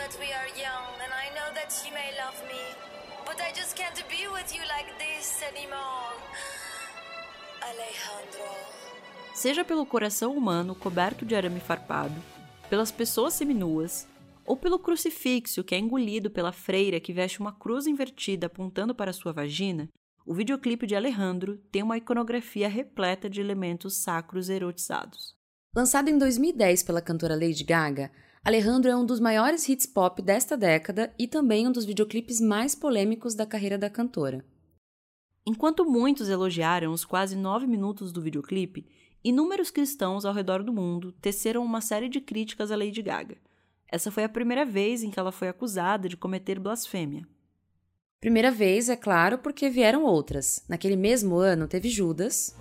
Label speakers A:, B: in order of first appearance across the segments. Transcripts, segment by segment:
A: that we are young, and I know that you may love me, but I just can't be with you like this anymore. Alejandro.
B: Seja pelo coração humano coberto de arame farpado, pelas pessoas seminuas, ou pelo crucifixo que é engolido pela freira que veste uma cruz invertida apontando para sua vagina, o videoclipe de Alejandro tem uma iconografia repleta de elementos sacros erotizados.
C: Lançado em 2010 pela cantora Lady Gaga, Alejandro é um dos maiores hits pop desta década e também um dos videoclipes mais polêmicos da carreira da cantora.
B: Enquanto muitos elogiaram os quase 9 minutos do videoclipe, inúmeros cristãos ao redor do mundo teceram uma série de críticas a Lady Gaga. Essa foi a primeira vez em que ela foi acusada de cometer blasfêmia.
C: Primeira vez, é claro, porque vieram outras. Naquele mesmo ano teve Judas.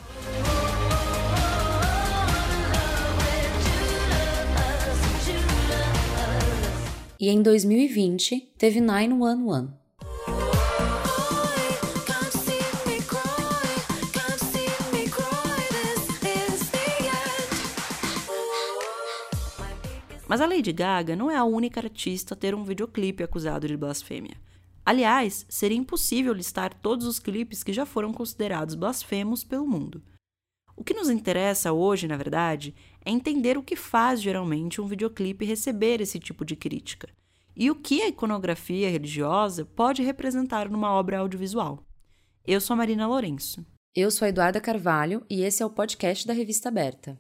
C: E em 2020 teve 911.
B: Mas a Lady Gaga não é a única artista a ter um videoclipe acusado de blasfêmia. Aliás, seria impossível listar todos os clipes que já foram considerados blasfemos pelo mundo. O que nos interessa hoje, na verdade, é entender o que faz geralmente um videoclipe receber esse tipo de crítica e o que a iconografia religiosa pode representar numa obra audiovisual. Eu sou a Marina Lourenço.
C: Eu sou a Eduarda Carvalho e esse é o podcast da Revista Aberta.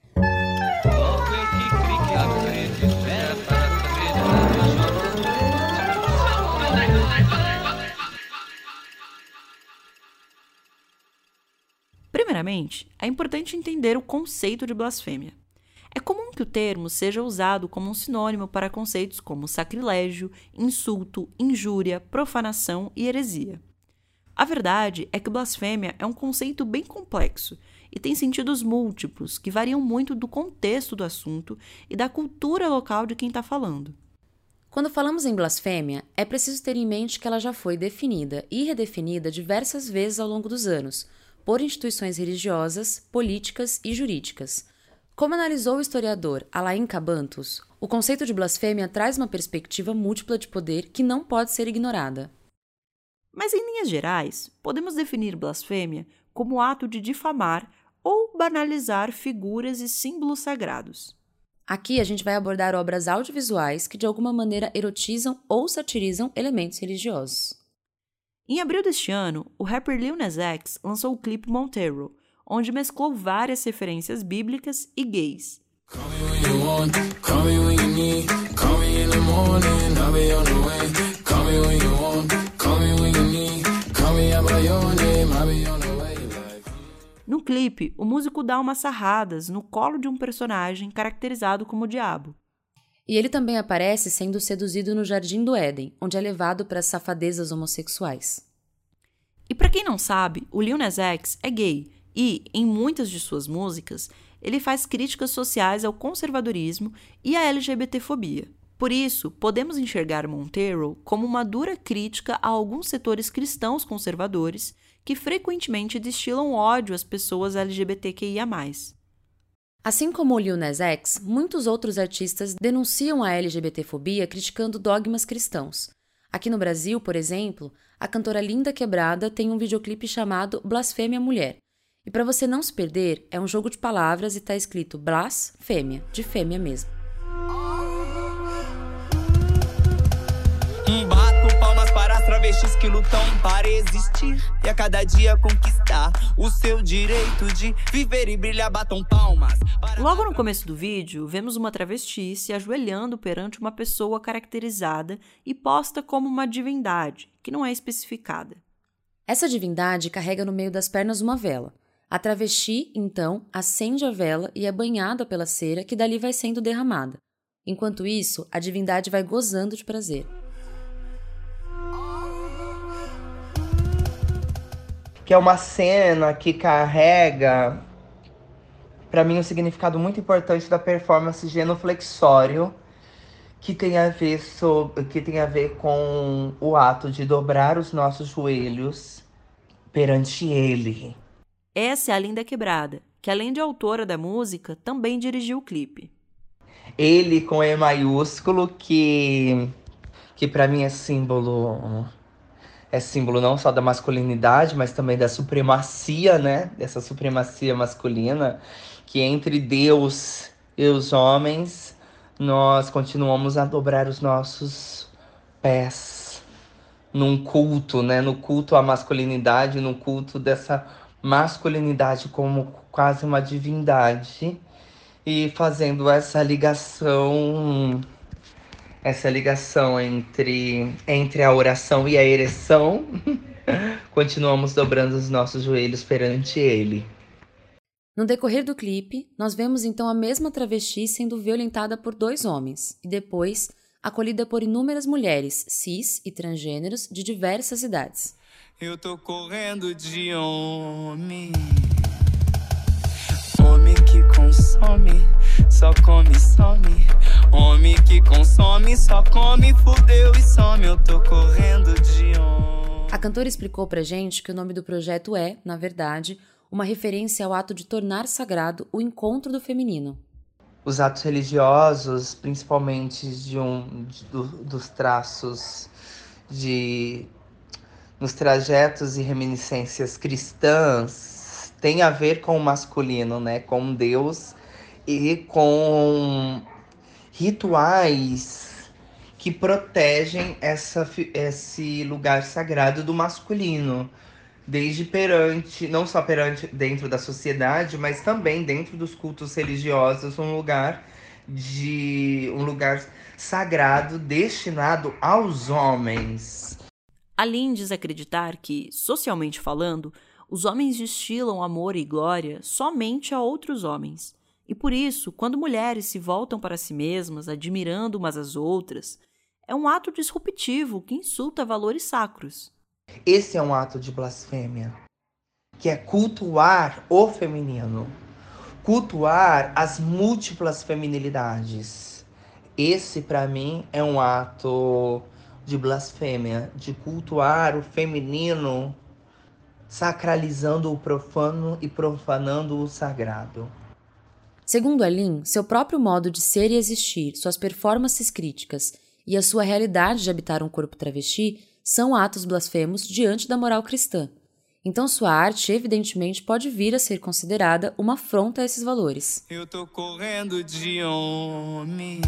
B: Primeiramente, é importante entender o conceito de blasfêmia. É comum que o termo seja usado como um sinônimo para conceitos como sacrilégio, insulto, injúria, profanação e heresia. A verdade é que blasfêmia é um conceito bem complexo e tem sentidos múltiplos que variam muito do contexto do assunto e da cultura local de quem está falando.
C: Quando falamos em blasfêmia, é preciso ter em mente que ela já foi definida e redefinida diversas vezes ao longo dos anos, por instituições religiosas, políticas e jurídicas. Como analisou o historiador Alain Cabantos, o conceito de blasfêmia traz uma perspectiva múltipla de poder que não pode ser ignorada.
B: Mas, em linhas gerais, podemos definir blasfêmia como o ato de difamar ou banalizar figuras e símbolos sagrados.
C: Aqui a gente vai abordar obras audiovisuais que de alguma maneira erotizam ou satirizam elementos religiosos.
B: Em abril deste ano, o rapper Lil Nas X lançou o clipe Montero, onde mesclou várias referências bíblicas e gays. No clipe, o músico dá umas sarradas no colo de um personagem caracterizado como o diabo.
C: E ele também aparece sendo seduzido no Jardim do Éden, onde é levado para as safadezas homossexuais.
B: E para quem não sabe, o Lil Nas X é gay e, em muitas de suas músicas, ele faz críticas sociais ao conservadorismo e à LGBTfobia. Por isso, podemos enxergar Montero como uma dura crítica a alguns setores cristãos conservadores que frequentemente destilam ódio às pessoas LGBTQIA+.
C: Assim como o Lil Nas X, muitos outros artistas denunciam a LGBTfobia criticando dogmas cristãos. Aqui no Brasil, por exemplo, a cantora Linda Quebrada tem um videoclipe chamado Blasfêmia Mulher. E para você não se perder, é um jogo de palavras e está escrito blasfêmia, de fêmea mesmo.
D: Bato palmas para as travestis que lutam para existir e a cada dia conquistar o seu direito de viver e brilhar. Batam palmas.
B: Logo no começo do vídeo, vemos uma travesti se ajoelhando perante uma pessoa caracterizada e posta como uma divindade, que não é especificada.
C: Essa divindade carrega no meio das pernas uma vela. A travesti, então, acende a vela e é banhada pela cera que dali vai sendo derramada. Enquanto isso, a divindade vai gozando de prazer.
E: Que é uma cena que carrega, para mim, um significado muito importante da performance genuflexório, que tem a ver com o ato de dobrar os nossos joelhos perante ele.
B: Essa é a Linda Quebrada, que além de autora da música, também dirigiu o clipe.
E: Ele com E maiúsculo, que para mim é símbolo não só da masculinidade, mas também da supremacia, né? Dessa supremacia masculina, que entre Deus e os homens, nós continuamos a dobrar os nossos pés num culto, né? No culto à masculinidade, no culto dessa masculinidade como quase uma divindade, e fazendo essa ligação entre a oração e a ereção, continuamos dobrando os nossos joelhos perante ele.
C: No decorrer do clipe, nós vemos então a mesma travesti sendo violentada por 2 homens e depois acolhida por inúmeras mulheres cis e transgêneros de diversas idades.
D: Eu tô correndo de homem. Homem que consome, só come e some. Homem que consome, só come, fudeu e some. Eu tô correndo de homem.
C: A cantora explicou pra gente que o nome do projeto é, na verdade, uma referência ao ato de tornar sagrado o encontro do feminino.
E: Os atos religiosos, principalmente dos traços nos trajetos e reminiscências cristãs, tem a ver com o masculino, né? Com Deus e com rituais que protegem esse lugar sagrado do masculino. Desde não só perante dentro da sociedade, mas também dentro dos cultos religiosos, um lugar sagrado destinado aos homens.
B: A Lin diz acreditar que, socialmente falando, os homens destilam amor e glória somente a outros homens. E por isso, quando mulheres se voltam para si mesmas, admirando umas às outras, é um ato disruptivo que insulta valores sacros.
E: Esse é um ato de blasfêmia, que é cultuar o feminino, cultuar as múltiplas feminilidades. Esse, para mim, é um ato de blasfêmia, de cultuar o feminino, sacralizando o profano e profanando o sagrado.
C: Segundo a Lin, seu próprio modo de ser e existir, suas performances críticas e a sua realidade de habitar um corpo travesti são atos blasfemos diante da moral cristã. Então sua arte, evidentemente, pode vir a ser considerada uma afronta a esses valores.
D: Eu tô correndo de homem.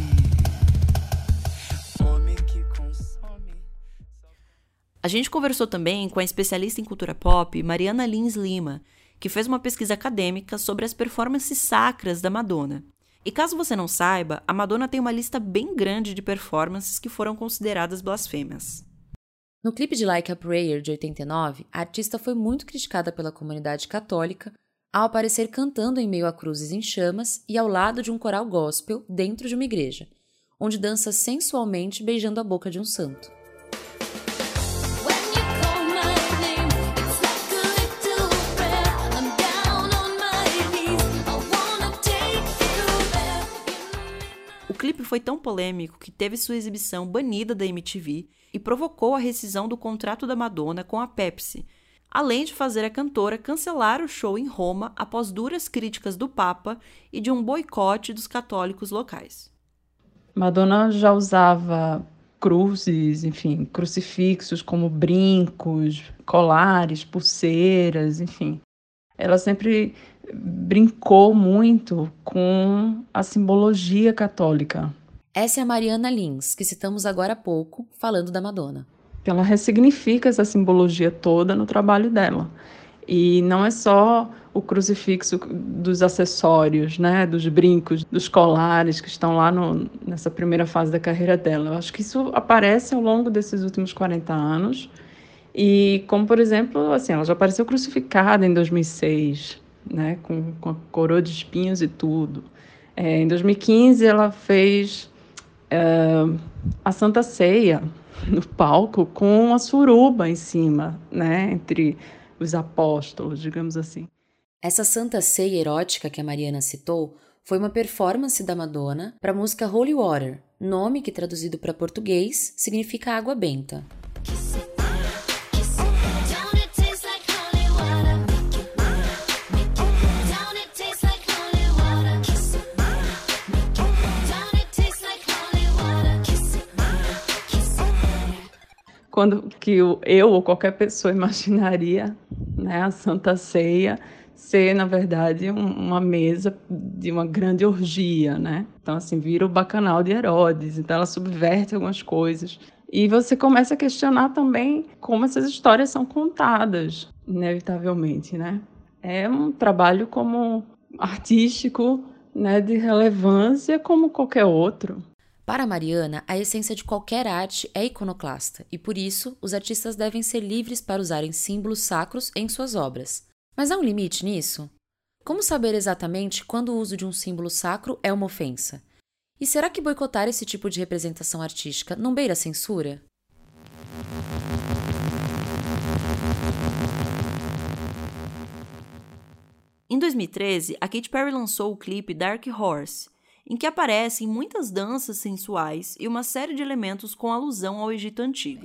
B: A gente conversou também com a especialista em cultura pop, Mariana Lins Lima, que fez uma pesquisa acadêmica sobre as performances sacras da Madonna. E caso você não saiba, a Madonna tem uma lista bem grande de performances que foram consideradas blasfêmias.
C: No clipe de Like a Prayer, de 89, a artista foi muito criticada pela comunidade católica ao aparecer cantando em meio a cruzes em chamas e ao lado de um coral gospel dentro de uma igreja, onde dança sensualmente beijando a boca de um santo. O clipe foi tão polêmico que teve sua exibição banida da MTV e provocou a rescisão do contrato da Madonna com a Pepsi, além de fazer a cantora cancelar o show em Roma após duras críticas do Papa e de um boicote dos católicos locais.
F: Madonna já usava cruzes, enfim, crucifixos como brincos, colares, pulseiras, enfim. Ela sempre brincou muito com a simbologia católica.
C: Essa é a Mariana Lins, que citamos agora há pouco, falando da Madonna.
F: Ela ressignifica essa simbologia toda no trabalho dela. E não é só o crucifixo dos acessórios, né, dos brincos, dos colares que estão lá nessa primeira fase da carreira dela. Eu acho que isso aparece ao longo desses últimos 40 anos. E como, por exemplo, assim, ela já apareceu crucificada em 2006, né, com a coroa de espinhos e tudo. Em 2015, ela fez a Santa Ceia no palco com uma suruba em cima, né, entre os apóstolos, digamos assim.
C: Essa Santa Ceia erótica que a Mariana citou foi uma performance da Madonna para a música Holy Water, nome que traduzido para português significa água benta.
F: quando que eu ou qualquer pessoa imaginaria, né, a Santa Ceia ser, na verdade, uma mesa de uma grande orgia, né? Então, assim, vira o bacanal de Herodes, então ela subverte algumas coisas. E você começa a questionar também como essas histórias são contadas, inevitavelmente, né? É um trabalho como artístico, né, de relevância como qualquer outro.
C: Para Mariana, a essência de qualquer arte é iconoclasta, e por isso, os artistas devem ser livres para usarem símbolos sacros em suas obras. Mas há um limite nisso? Como saber exatamente quando o uso de um símbolo sacro é uma ofensa? E será que boicotar esse tipo de representação artística não beira a censura?
B: Em 2013, a Katy Perry lançou o clipe Dark Horse, em que aparecem muitas danças sensuais e uma série de elementos com alusão ao Egito Antigo.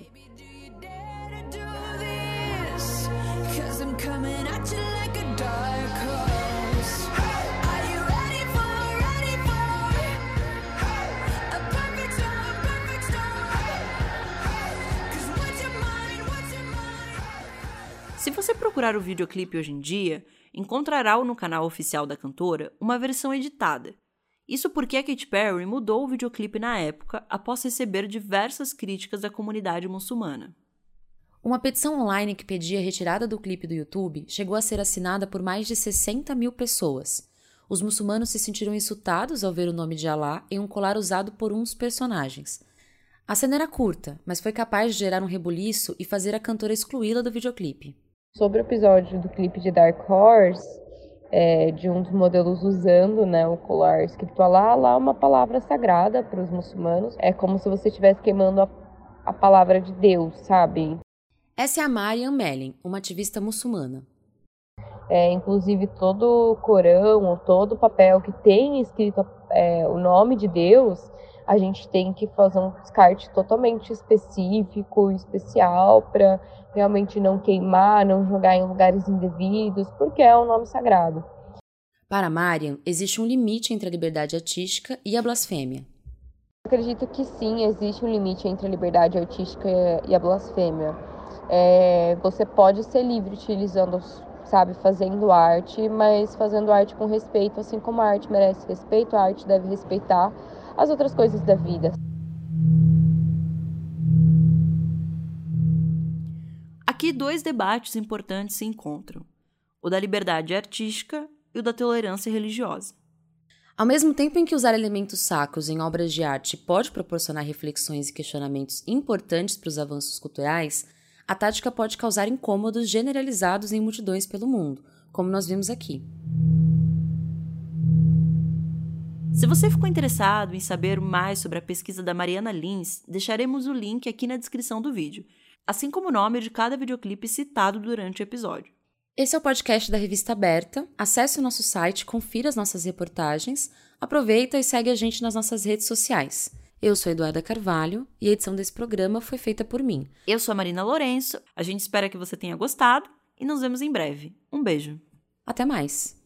B: Se você procurar o videoclipe hoje em dia, encontrará no canal oficial da cantora uma versão editada. Isso porque a Katy Perry mudou o videoclipe na época após receber diversas críticas da comunidade muçulmana.
C: Uma petição online que pedia a retirada do clipe do YouTube chegou a ser assinada por mais de 60 mil pessoas. Os muçulmanos se sentiram insultados ao ver o nome de Alá em um colar usado por um dos personagens. A cena era curta, mas foi capaz de gerar um rebuliço e fazer a cantora excluí-la do videoclipe.
G: Sobre o episódio do clipe de Dark Horse, de um dos modelos usando, né, o colar escrito Alá é uma palavra sagrada para os muçulmanos. É como se você estivesse queimando a palavra de Deus, sabe?
C: Essa é a Mariam Melin, uma ativista muçulmana.
G: Inclusive todo o Corão ou todo o papel que tem escrito o nome de Deus, a gente tem que fazer um descarte totalmente específico, especial, para realmente não queimar, não jogar em lugares indevidos, porque é um nome sagrado.
C: Para Mariam, existe um limite entre a liberdade artística e a blasfêmia.
G: Eu acredito que sim, existe um limite entre a liberdade artística e a blasfêmia. Você pode ser livre utilizando, fazendo arte, mas fazendo arte com respeito, assim como a arte merece respeito, a arte deve respeitar as outras coisas da vida.
B: Aqui 2 debates importantes se encontram: o da liberdade artística e o da tolerância religiosa.
C: Ao mesmo tempo em que usar elementos sacros em obras de arte pode proporcionar reflexões e questionamentos importantes para os avanços culturais, a tática pode causar incômodos generalizados em multidões pelo mundo, como nós vimos aqui.
B: Se você ficou interessado em saber mais sobre a pesquisa da Mariana Lins, deixaremos o link aqui na descrição do vídeo, assim como o nome de cada videoclipe citado durante o episódio.
C: Esse é o podcast da Revista Aberta. Acesse o nosso site, confira as nossas reportagens, aproveita e segue a gente nas nossas redes sociais. Eu sou Eduarda Carvalho e a edição desse programa foi feita por mim.
B: Eu sou a Marina Lourenço, a gente espera que você tenha gostado e nos vemos em breve. Um beijo.
C: Até mais!